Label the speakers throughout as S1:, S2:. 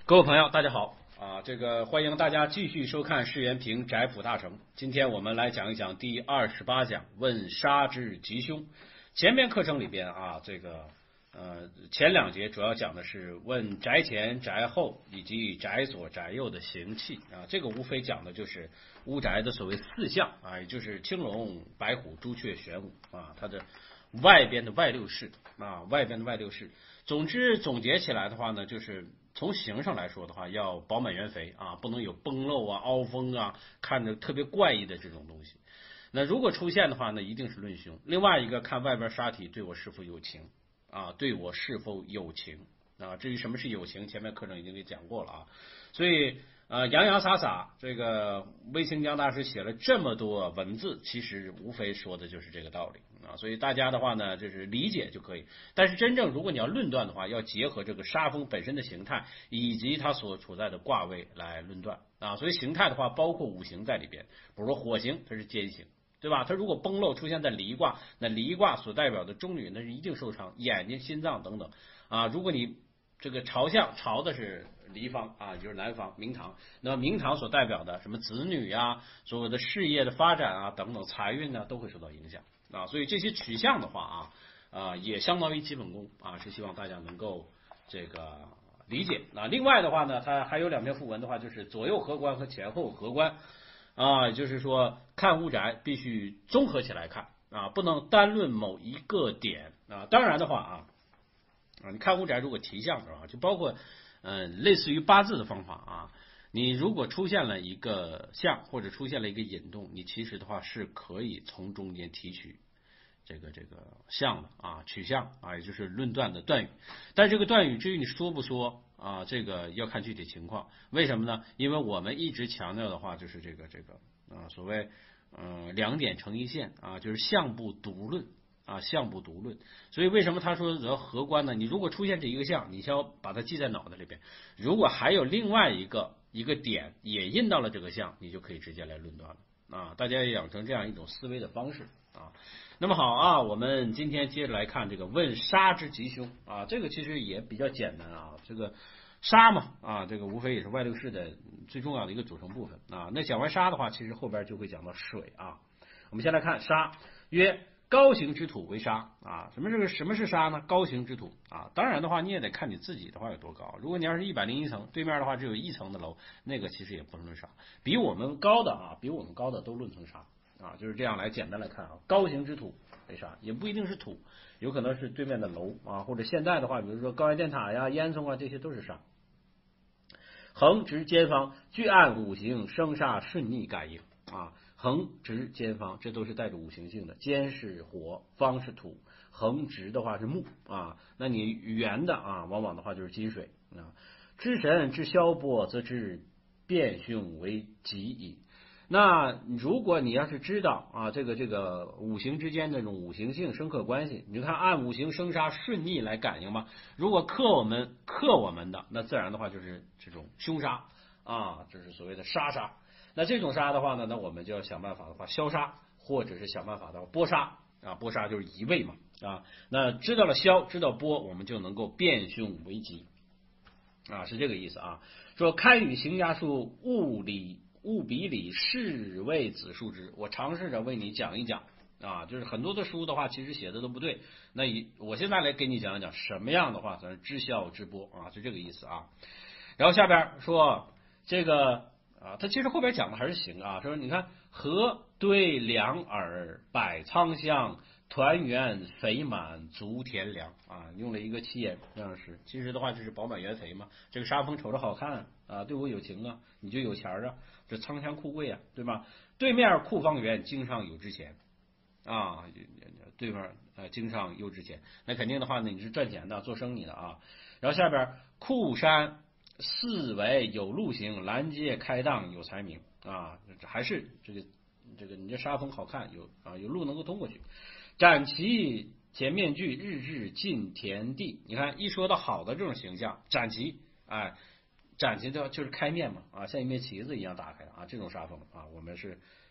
S1: 各位朋友，大家好啊！欢迎大家继续收看释元平宅谱大成。今天我们来讲一讲第28讲问杀之吉凶。前面课程里边啊，前两节主要讲的是问宅前、宅后以及宅左、宅右的行气啊，这个无非讲的就是屋宅的所谓四象啊，也就是青龙、白虎、朱雀、玄武啊，它的外边的外六式啊，总之总结起来的话呢，就是从形上来说的话，要饱满圆肥啊，不能有崩漏啊、凹风啊，看着特别怪异的这种东西。那如果出现的话呢，一定是论凶。另外一个看外边杀体对我是否有情啊，至于什么是有情，前面课程已经给讲过了啊。所以洋洋洒洒，这个魏清江大师写了这么多文字，其实无非说的就是这个道理啊。所以大家的话呢，就是理解就可以。但是真正如果你要论断的话，要结合这个杀风本身的形态以及它所处在的卦位来论断啊。所以形态的话，包括五行在里边，比如说火形，它是奸形。对吧？它如果崩漏出现在离卦，那离卦所代表的中女那是一定受伤，眼睛、心脏等等啊。如果你这个朝的是离方啊，就是南方明堂，那么明堂所代表的什么子女啊，所有的事业的发展啊等等，财运呢都会受到影响啊。所以这些取向的话也相当于基本功啊，是希望大家能够理解。另外的话呢，它还有两篇赋文的话，就是左右合关和前后合关。也就是说看屋宅必须综合起来看啊，不能单论某一个点啊。当然的话你看屋宅如果提象的话，就包括类似于八字的方法啊，你如果出现了一个象或者出现了一个引动，你其实的话是可以从中间提取这个象的啊，取象啊，也就是论断的断语。但这个断语至于你说不说啊，这个要看具体情况。为什么呢？因为我们一直强调的话就是所谓两点成一线啊，就是象不独论啊，象不独论。所以为什么他说的合关呢？你如果出现这一个象，你先要把它记在脑袋里边。如果还有另外一个点也印到了这个象，你就可以直接来论断了啊。大家也养成这样一种思维的方式啊。那么好啊，我们今天接着来看这个问杀之吉凶啊，这个其实也比较简单啊，这个杀嘛啊，这个无非也是外六式的最重要的一个组成部分啊。那讲完杀的话，其实后边就会讲到水啊。我们先来看杀，曰高行之土为杀啊。什么是杀呢？高行之土啊，当然的话你也得看你自己的话有多高。如果你要是101层，对面的话只有1层的楼，那个其实也不能论杀。比我们高的都论成杀。啊，就是这样来简单来看啊，高行之土为杀，也不一定是土，有可能是对面的楼啊，或者现在的话，比如说高压电塔呀、烟囱啊，这些都是杀。横直尖方，据按五行生杀顺逆感应啊，横直尖方，这都是带着五行性的，尖是火，方是土，横直的话是木啊，那你圆的啊，往往的话就是金水啊。知神之消波，则知变凶为吉矣。那如果你要是知道啊，这个五行之间的这种五行性生克关系，你就看按五行生杀顺逆来感应嘛。如果克我们的，那自然的话就是这种凶杀啊，就是所谓的杀。那这种杀的话呢，那我们就要想办法的话消杀，或者是想办法的拨杀啊，拨杀就是移位嘛啊。那知道了消，知道拨，我们就能够变凶为吉啊，是这个意思啊。说堪与行家术物比里是谓子述之，我尝试着为你讲一讲啊，就是很多的书的话，其实写的都不对。那我现在来给你讲一讲什么样的话咱是知消知波啊，是这个意思啊。然后下边说这个他其实后边讲的还是行啊，说你看河对两耳百仓香，团圆肥满足田粮啊，用了一个七言这样式，其实的话就是饱满圆肥嘛。这个沙峰瞅着好看啊，对我有情啊，你就有钱啊，这仓香库贵啊，对吧？对面库方圆，经上有值钱啊，对面经上有值钱，那肯定的话呢，你是赚钱的，做生意的啊。然后下边库山四围有路行，拦街开档有财名啊，还是这个你这沙峰好看，有路能够通过去。展旗前面具，日日进田地。你看一说到好的这种形象，展旗展旗的就是开面嘛啊，像一面旗子一样打开啊，这种沙峰啊，我们是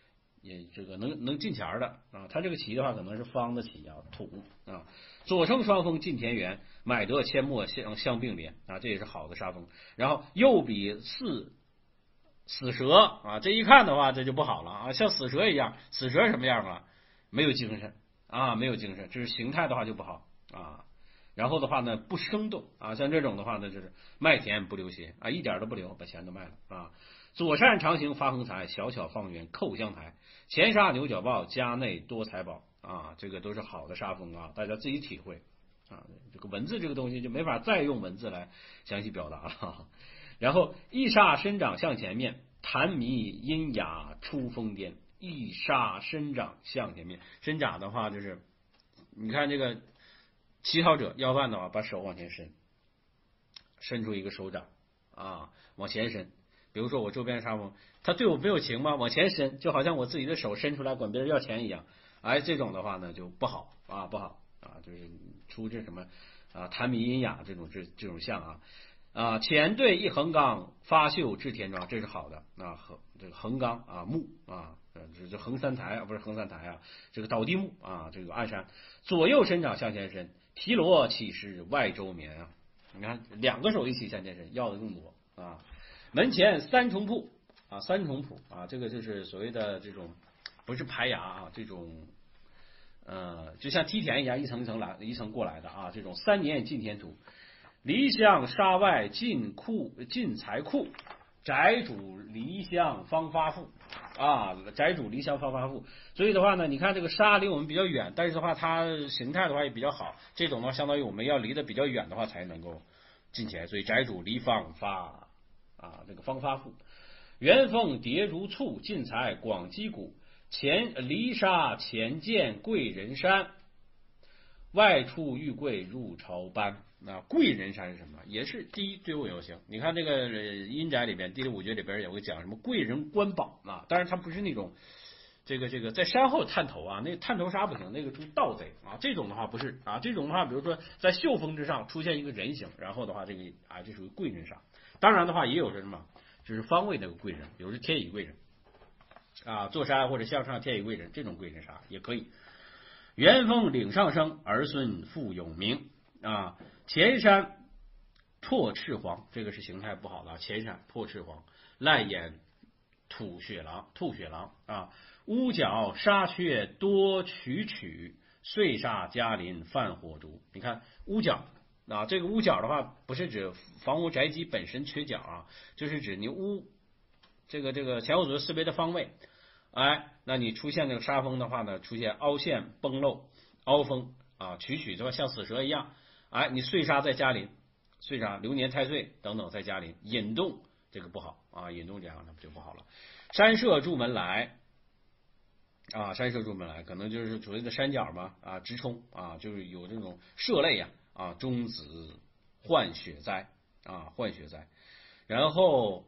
S1: 也这个能进钱的啊。它这个棋的话，可能是方的棋啊，土啊。左生双峰进田园，买得阡陌相并联啊，这也是好的杀风。然后右比死蛇啊，这一看的话，这就不好了啊，像死蛇一样，死蛇什么样啊？没有精神啊，没有精神，这是形态的话就不好啊。然后的话呢，不生动啊，像这种的话呢，就是麦田不留鞋啊，一点都不留，把钱都卖了啊。左善长行发横财，小巧放圆扣香台，前杀牛角豹，家内多财宝啊，这个都是好的杀风啊，大家自己体会啊。这个文字这个东西就没法再用文字来详细表达了。然后一煞伸长向前面，弹迷阴雅出疯癫。一煞伸长向前面，伸长的话就是你看这个乞讨者要饭的话，把手往前伸出一个手掌啊，往前伸。比如说我周边杀风，他对我没有情吗？往前伸，就好像我自己的手伸出来管别人要钱一样。哎，这种的话呢就不好啊，不好啊，就是出这什么啊弹迷阴雅这种象啊。啊，前对一横纲发秀至田庄，这是好的啊。这个横纲啊木啊，这横三台啊，不是横三台啊，这个倒地木啊，这个暗山左右伸长向前伸，提罗岂是外周绵啊？你看两个手一起向前伸，要的更多啊。门前三重铺啊，三重谱啊，这个就是所谓的这种不是排牙啊，这种就像梯田一样，一层一层过来的啊，这种3年进田土。离乡沙外进财库，宅主离乡方发富啊，宅主离乡方发富。所以的话呢，你看这个沙离我们比较远，但是的话它形态的话也比较好，这种呢相当于我们要离得比较远的话才能够进钱，所以宅主离方发啊，这个方发富。元凤叠如簇，进财广积谷，离沙前见贵人山，外出遇贵入朝班。那贵人山是什么？也是第一对我有形。你看这个阴宅里边第5诀里边有个讲什么贵人官宝啊，当然它不是那种这个在山后探头啊，那探头杀不行，那个出盗贼啊。这种的话不是啊，这种的话比如说在秀峰之上出现一个人形，然后的话这个啊这属于贵人杀。当然的话也有什么，就是方位那个贵人，比如是天乙贵人啊，坐山或者向上天乙贵人，这种贵人杀也可以。元丰岭上升，儿孙富有名啊。前山破赤黄，这个是形态不好的。前山破赤黄，赖眼吐血狼啊。屋角沙缺多曲，碎煞嘉林犯火烛。你看屋角啊，这个屋角的话，不是指房屋宅基本身缺角啊，就是指你屋这个前后左右四边的方位。哎，那你出现这个沙风的话呢，出现凹陷崩漏、凹风啊，曲对吧？像死蛇一样。哎，你碎沙在嘉林，碎沙流年太岁等等在嘉林，引动这个不好啊，引动这样的就不好了。山社入门来啊，山社入门来，可能就是所谓的山角嘛啊，直冲啊，就是有这种社类啊，中子患血灾啊，患血灾。然后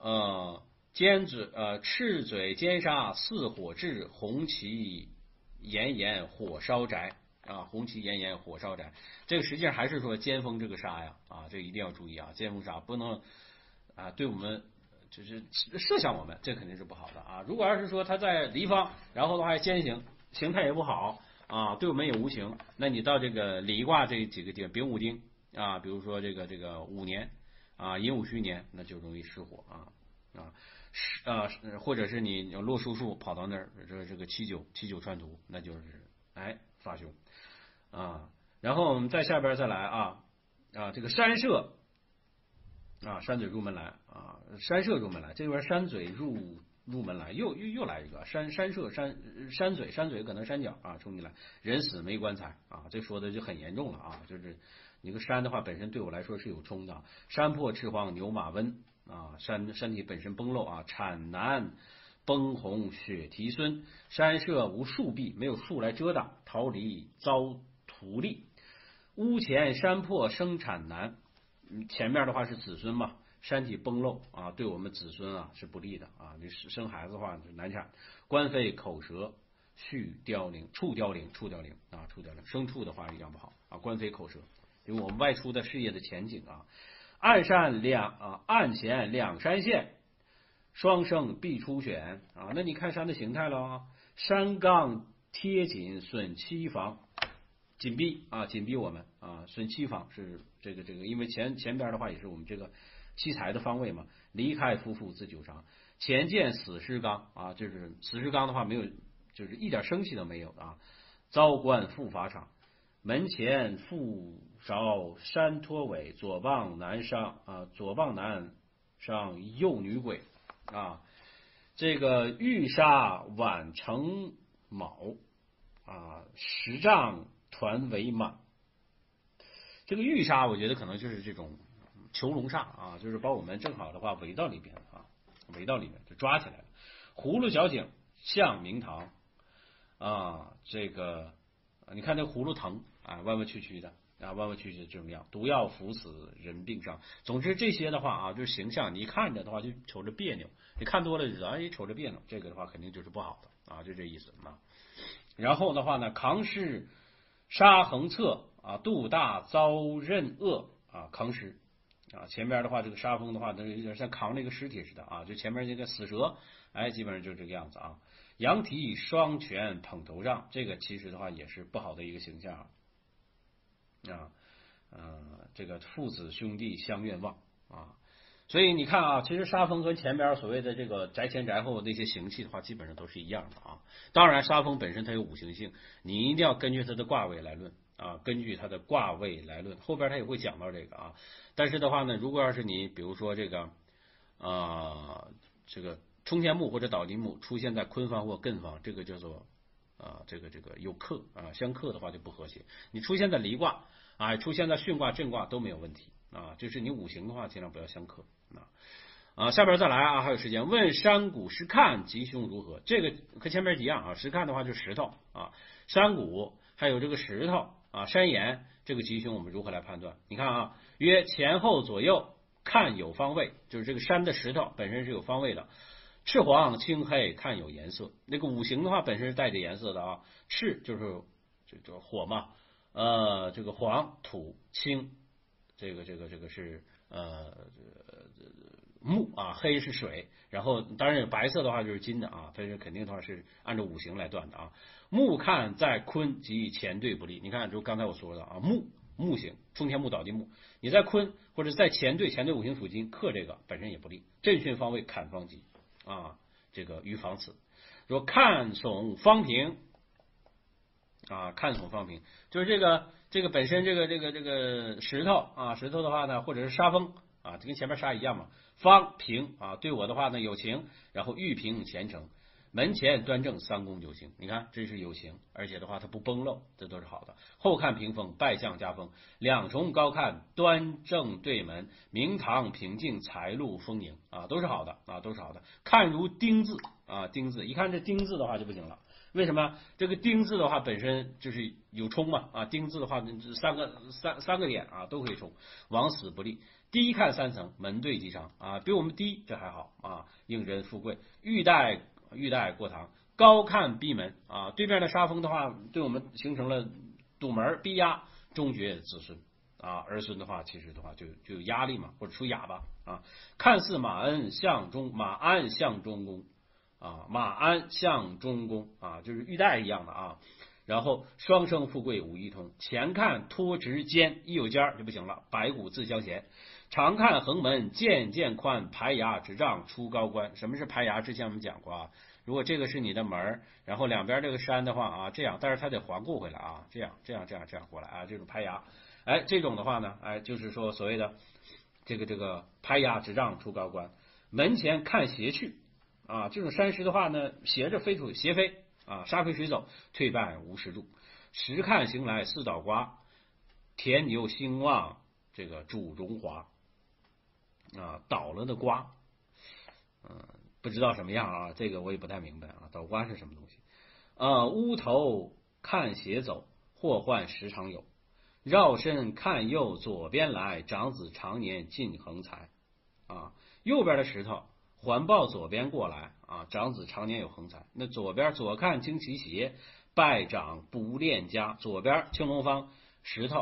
S1: 赤嘴尖杀似火炙，红旗炎炎火烧宅。啊，红旗炎炎火烧宅，这个实际上还是说尖锋这个杀呀，啊，这个一定要注意啊，尖锋杀不能啊，对我们就是射向我们，这肯定是不好的啊。如果要是说他在离方，然后的话尖形，形态也不好啊，对我们也无形，那你到这个离卦这几个地方，丙午丁啊，比如说这个午年啊，寅午戌年，那就容易失火或者是你落叔叔跑到那儿，这个七九穿图，那就是发凶。啊，然后我们在下边再来啊，这个山社啊，山嘴入门来啊，山社入门来，这边山嘴入门来，又来一个山社山嘴可能山脚啊冲进来，人死没棺材啊，这说的就很严重了啊，就是你个山的话本身对我来说是有冲的，山破赤荒牛马瘟啊，山体本身崩漏啊，产难崩红血啼孙，山社无树壁，没有树来遮挡，逃离遭土力，屋前山破生产难，前面的话是子孙嘛，山体崩漏啊，对我们子孙啊是不利的啊，你生孩子的话就难产，官非口舌畜凋零啊，生畜的话一样不好啊，官非口舌，因为我们外出的事业的前景啊，暗前两山线， 双生必出选啊。那你看山的形态了啊，山冈贴紧，损七方，紧逼啊，紧逼我们啊，损七方是这个，因为前边的话也是我们这个七财的方位嘛，离开夫妇自九伤，前见死尸冈啊，就是死尸冈的话没有，就是一点生气都没有啊，遭官复法场，门前复少山托尾，左傍南上啊，左傍南上幼女鬼啊，这个玉沙晚成卯啊，十丈团为满。这个玉沙我觉得可能就是这种囚笼煞啊，就是把我们正好的话围到里边啊，围到里面就抓起来了。葫芦小井向明堂啊，这个你看这葫芦藤啊，弯弯曲曲的啊，弯弯曲曲的这种样，毒药服死人病上。总之这些的话啊，就是形象，你一看着的话就瞅着别扭，你看多了就知道，哎，瞅着别扭，这个的话肯定就是不好的啊，就这意思啊。然后的话呢，扛尸杀横侧啊，肚大遭刃恶啊，扛尸啊，前边的话这个杀风的话，有点像扛那个尸体似的啊，就前面这个死蛇，哎，基本上就这个样子啊。羊蹄双拳捧头上，这个其实的话也是不好的一个形象啊，这个父子兄弟相愿望啊。所以你看啊，其实杀风和前边所谓的这个宅前宅后那些形气的话，基本上都是一样的啊。当然，杀风本身它有五行性，你一定要根据它的卦位来论啊，根据它的卦位来论。后边他也会讲到这个啊。但是的话呢，如果要是你比如说这个这个冲天木或者倒地木出现在坤方或艮方，这个叫做这个有克啊，相克的话就不和谐。你出现在离卦啊，出现在巽卦震卦都没有问题啊，就是你五行的话尽量不要相克下边再来啊，还有时间。问山谷石看吉凶如何？这个和前面一样啊，石看的话就是石头啊，山谷还有这个石头啊，山岩这个吉凶我们如何来判断？你看啊，约前后左右看有方位，就是这个山的石头本身是有方位的。赤黄青黑看有颜色，那个五行的话本身是带着颜色的啊，赤就是这火嘛，这个黄土青，这个是木啊，黑是水，然后当然白色的话就是金的啊，它是肯定的话是按照五行来断的啊。木看在坤即前对不利，你看就刚才我说的啊，木型冲天木倒地木，你在坤或者在前对五行属金克这个本身也不利，震巽方位坎方吉啊，这个于防此。说看耸方平啊，看耸方平就是这个本身这个石头啊，石头的话呢，或者是沙峰啊，就跟前面沙一样嘛。方平啊，对我的话呢有情，然后玉平虔诚，门前端正三公九行，你看这是有情，而且的话它不崩漏，这都是好的。后看屏风，拜相加风，两重高看，端正对门，明堂平静，财路丰盈啊，都是好的啊，都是好的。看如丁字啊，丁字一看这丁字的话就不行了。为什么？这个丁字的话本身就是有冲嘛啊，丁字的话三个点啊都可以冲，往死不利。低看三层，门对吉祥啊，比我们低这还好啊，应人富贵，玉带过堂，高看闭门啊，对面的沙峰的话，对我们形成了堵门逼压，终绝子孙啊，儿孙的话，其实的话就有压力嘛，或者出哑巴啊。看似马鞍向中宫啊，马鞍向中宫啊，就是玉带一样的啊。然后双生富贵五一通，前看托直尖，一有尖就不行了，白骨自相衔。常看横门渐宽，排牙直丈出高官。什么是排牙？之前我们讲过啊。如果这个是你的门，然后两边这个山的话啊，这样，但是它得环顾回来啊，这样过来啊，这种排牙，哎，这种的话呢，哎，就是说所谓的这个排牙直丈出高官。门前看斜去啊，这种山石的话呢，斜着飞出去，斜飞啊，沙飞水走，退半无石柱。时看行来四倒瓜，田牛兴旺，这个主荣华。啊，倒了的瓜，不知道什么样啊，这个我也不太明白啊，倒瓜是什么东西？乌头看斜走，祸患时常有；绕身看右，左边来，长子常年进横财啊。右边的石头环抱左边过来啊，长子常年有横财。那左边左看经其斜，拜长不恋家，左边青龙方石头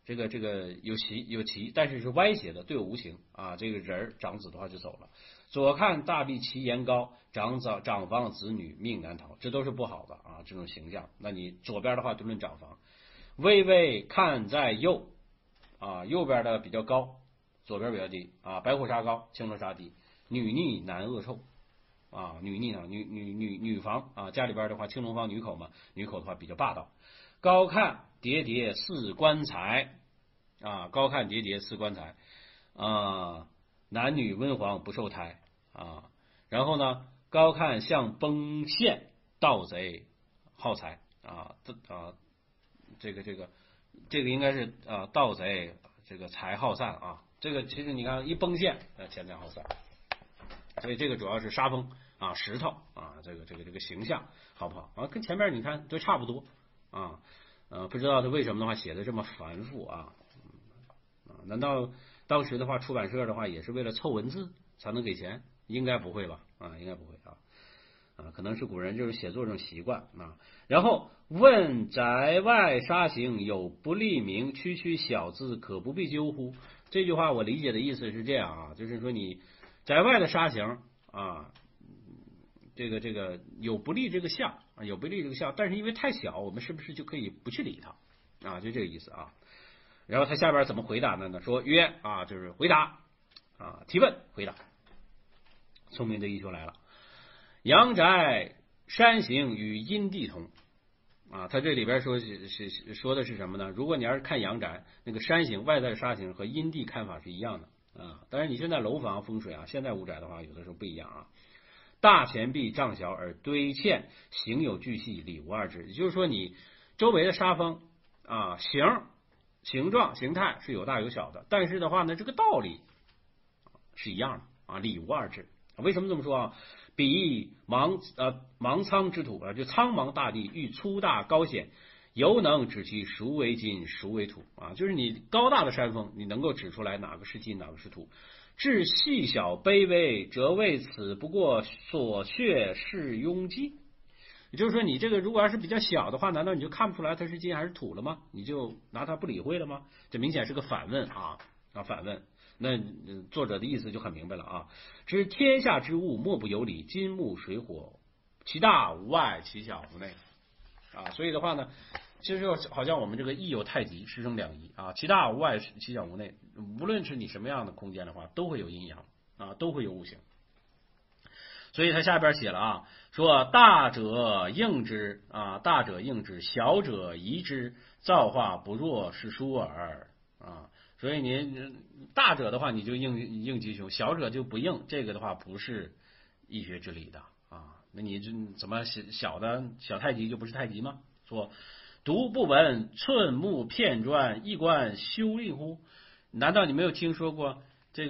S1: 这个有奇，但是是歪斜的，对我无形啊。这个人长子的话就走了。左看大壁其言高，长房子女命难逃，这都是不好的啊，这种形象。那你左边的话就论长房，微微看在右啊，右边的比较高，左边比较低啊。白虎杀高，青龙杀低，女逆男恶臭啊，女逆啊，女房啊，家里边的话青龙房女口嘛，女口的话比较霸道。高看叠叠似棺材啊，高看叠叠似棺材啊，男女温黄不受胎啊。然后呢，高看像崩陷，盗贼耗财啊，这个应该是盗贼这个财耗散啊。这个其实你看一崩陷，钱财耗散，所以这个主要是杀风啊，石头啊，这个形象好不好啊？跟前面你看都差不多啊。不知道他为什么的话写的这么繁复啊？难道当时的话出版社的话也是为了凑文字才能给钱？应该不会吧？啊，应该不会啊，可能是古人就是写作这种习惯啊。然后问宅外杀行有不利名，区区小字可不必纠乎？这句话我理解的意思是这样啊，就是说你宅外的杀行啊，这个有不利这个相啊，有不利这个相，但是因为太小，我们是不是就可以不去理它啊？就这个意思啊。然后他下边怎么回答呢？说曰啊，就是回答啊，提问回答。聪明的一休来了，阳宅山形与阴地同啊。他这里边说的是什么呢？如果你要是看阳宅，那个山形外在的沙形和阴地看法是一样的啊。当然你现在楼房风水啊，现在屋宅的话有的时候不一样啊。大前壁丈小而堆堑，形有巨细，里无二致。也就是说，你周围的沙峰啊，形状、形态是有大有小的，但是的话呢，这个道理是一样的啊，里无二致。为什么这么说啊？比茫苍之土啊，就苍茫大地，欲粗大高险，犹能指其孰为金，孰为土啊？就是你高大的山峰，你能够指出来哪个是金，哪个是土。至细小卑微，则为此不过所穴是庸迹。也就是说，你这个如果要是比较小的话，难道你就看不出来它是金还是土了吗？你就拿它不理会了吗？这明显是个反问啊，反问。那作者的意思就很明白了啊，知天下之物莫不有理，金木水火，其大无外，其小无内啊。所以的话呢，其实就好像我们这个一有太极，师生两仪啊，其大无外，其小无内。无论是你什么样的空间的话，都会有阴阳啊，都会有五行。所以他下边写了啊，说大者应之啊，大者应之，小者宜之，造化不若是书耳啊。所以您大者的话你就应吉凶，小者就不应，这个的话不是易学之理的啊。那你这怎么小太极就不是太极吗？说独不闻寸木片砖，一观修理乎？难道你没有听说过这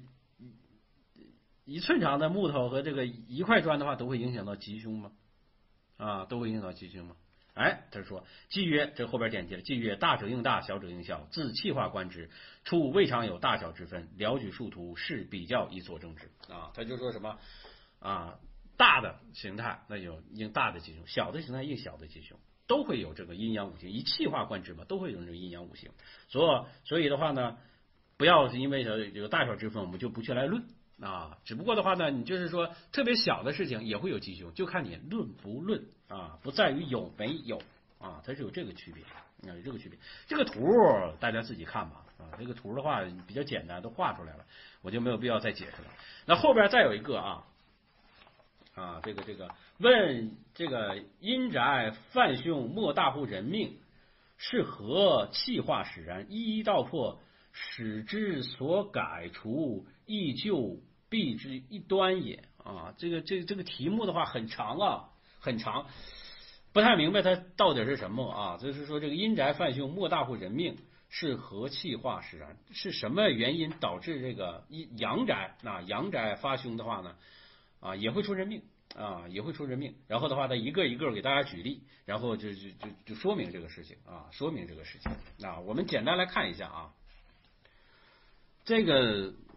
S1: 一寸长的木头和这个一块砖的话都会影响到吉凶吗？啊，都会影响到吉凶吗？哎，他说，既曰，这后边点题了，既曰大者应大，小者应小，自气化观之，初未尝有大小之分，聊举数图，是比较以佐证之啊。他就说什么啊，大的形态那就应大的吉凶，小的形态应小的吉凶，都会有这个阴阳五行，以气化观之嘛，都会有这个阴阳五行。所以的话呢，不要是因为有大小之分，我们就不去来论啊。只不过的话呢，你就是说特别小的事情也会有吉凶，就看你论不论啊，不在于有没有啊，它是有这个区别啊，有这个区别。这个图大家自己看吧啊，这个图的话比较简单，都画出来了，我就没有必要再解释了。那后边再有一个这个问这个阴宅犯凶莫大乎人命，是何气化使然？一一道破，使之所改除，亦就避之一端也啊。这个题目的话很长啊，很长，不太明白它到底是什么啊。就是说这个阴宅犯凶莫大乎人命，是何气化使然？是什么原因导致这个阳宅发凶的话呢？啊，也会出人命啊，也会出人命。然后的话，他一个一个给大家举例，然后就说明这个事情啊，说明这个事情啊。我们简单来看一下啊，这个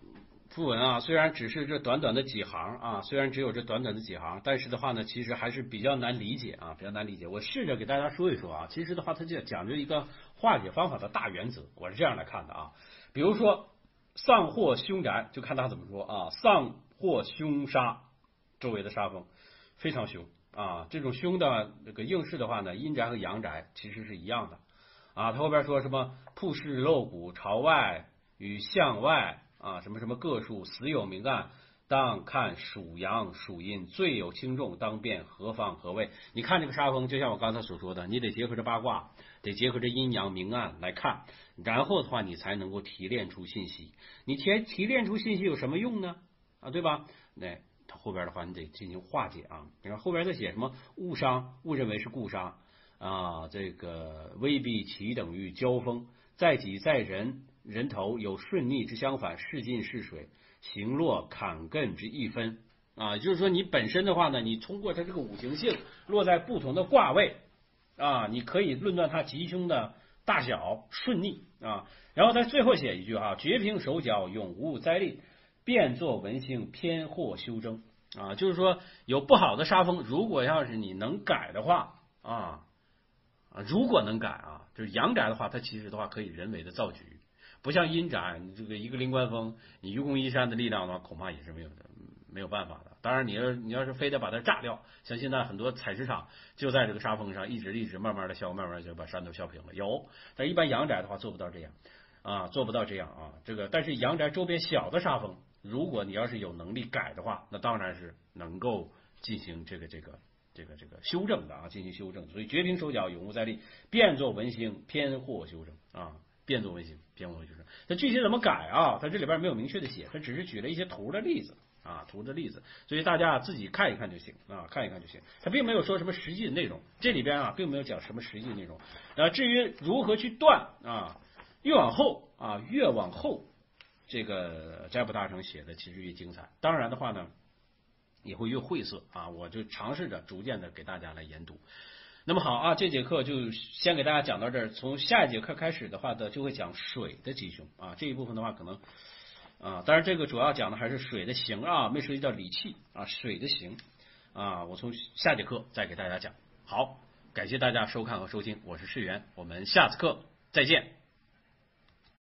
S1: 符文啊，虽然只是这短短的几行啊，虽然只有这短短的几行，但是的话呢，其实还是比较难理解啊，比较难理解。我试着给大家说一说啊，其实的话，它就讲究一个化解方法的大原则，我是这样来看的啊。比如说丧祸凶宅，就看他怎么说啊，丧祸凶杀，周围的杀风非常凶啊。这种凶的这个应试的话呢，阴宅和阳宅其实是一样的啊。他后边说什么铺室漏骨朝外与向外。啊，什么什么个数死有明暗，当看属阳属阴，罪有轻重，当辨何方何位。你看这个杀风，就像我刚才所说的，你得结合着八卦，得结合着阴阳明暗来看，然后的话，你才能够提炼出信息。你提炼出信息有什么用呢？啊，对吧？那它后边的话，你得进行化解啊。你看后边在写什么误伤，误认为是故杀啊，这个威逼其等于交锋，在己在人。人头有顺逆之相反，是进是水，行落坎艮之一分啊，就是说你本身的话呢，你通过它这个五行性落在不同的卦位啊，你可以论断它吉凶的大小顺逆啊。然后他最后写一句哈，绝平手脚，永无灾力，变作文星，偏祸修正啊，就是说有不好的杀风，如果要是你能改的话啊，如果能改啊，就是阳宅的话，它其实的话可以人为的造局。不像阴宅，你这个一个灵官风，你愚公移山的力量的话，恐怕也是没有办法的。当然，你要是非得把它炸掉，像现在很多采石场就在这个沙峰上，一直慢慢的消，慢慢就把山都削平了。有，但一般阳宅的话做不到这样啊，做不到这样啊。这个，但是阳宅周边小的沙峰，如果你要是有能力改的话，那当然是能够进行这个修正的啊，进行修正。所以绝平手脚，永无灾力，变作文星，偏祸修正啊。变作文星，偏祸修正。它具体怎么改啊？它这里边没有明确的写，它只是举了一些图的例子啊，图的例子，所以大家自己看一看就行啊，看一看就行。它并没有说什么实际的内容，这里边啊并没有讲什么实际内容。至于如何去断啊，越往后这个占卜大成写的其实越精彩。当然的话呢，也会越晦涩啊。我就尝试着逐渐的给大家来研读。那么好啊，这节课就先给大家讲到这儿。从下一节课开始的话呢，就会讲水的吉凶啊。这一部分的话，可能啊，当然这个主要讲的还是水的形啊，没涉及到理气啊，水的形啊。我从下节课再给大家讲。好，感谢大家收看和收听，我是世源，我们下次课再见。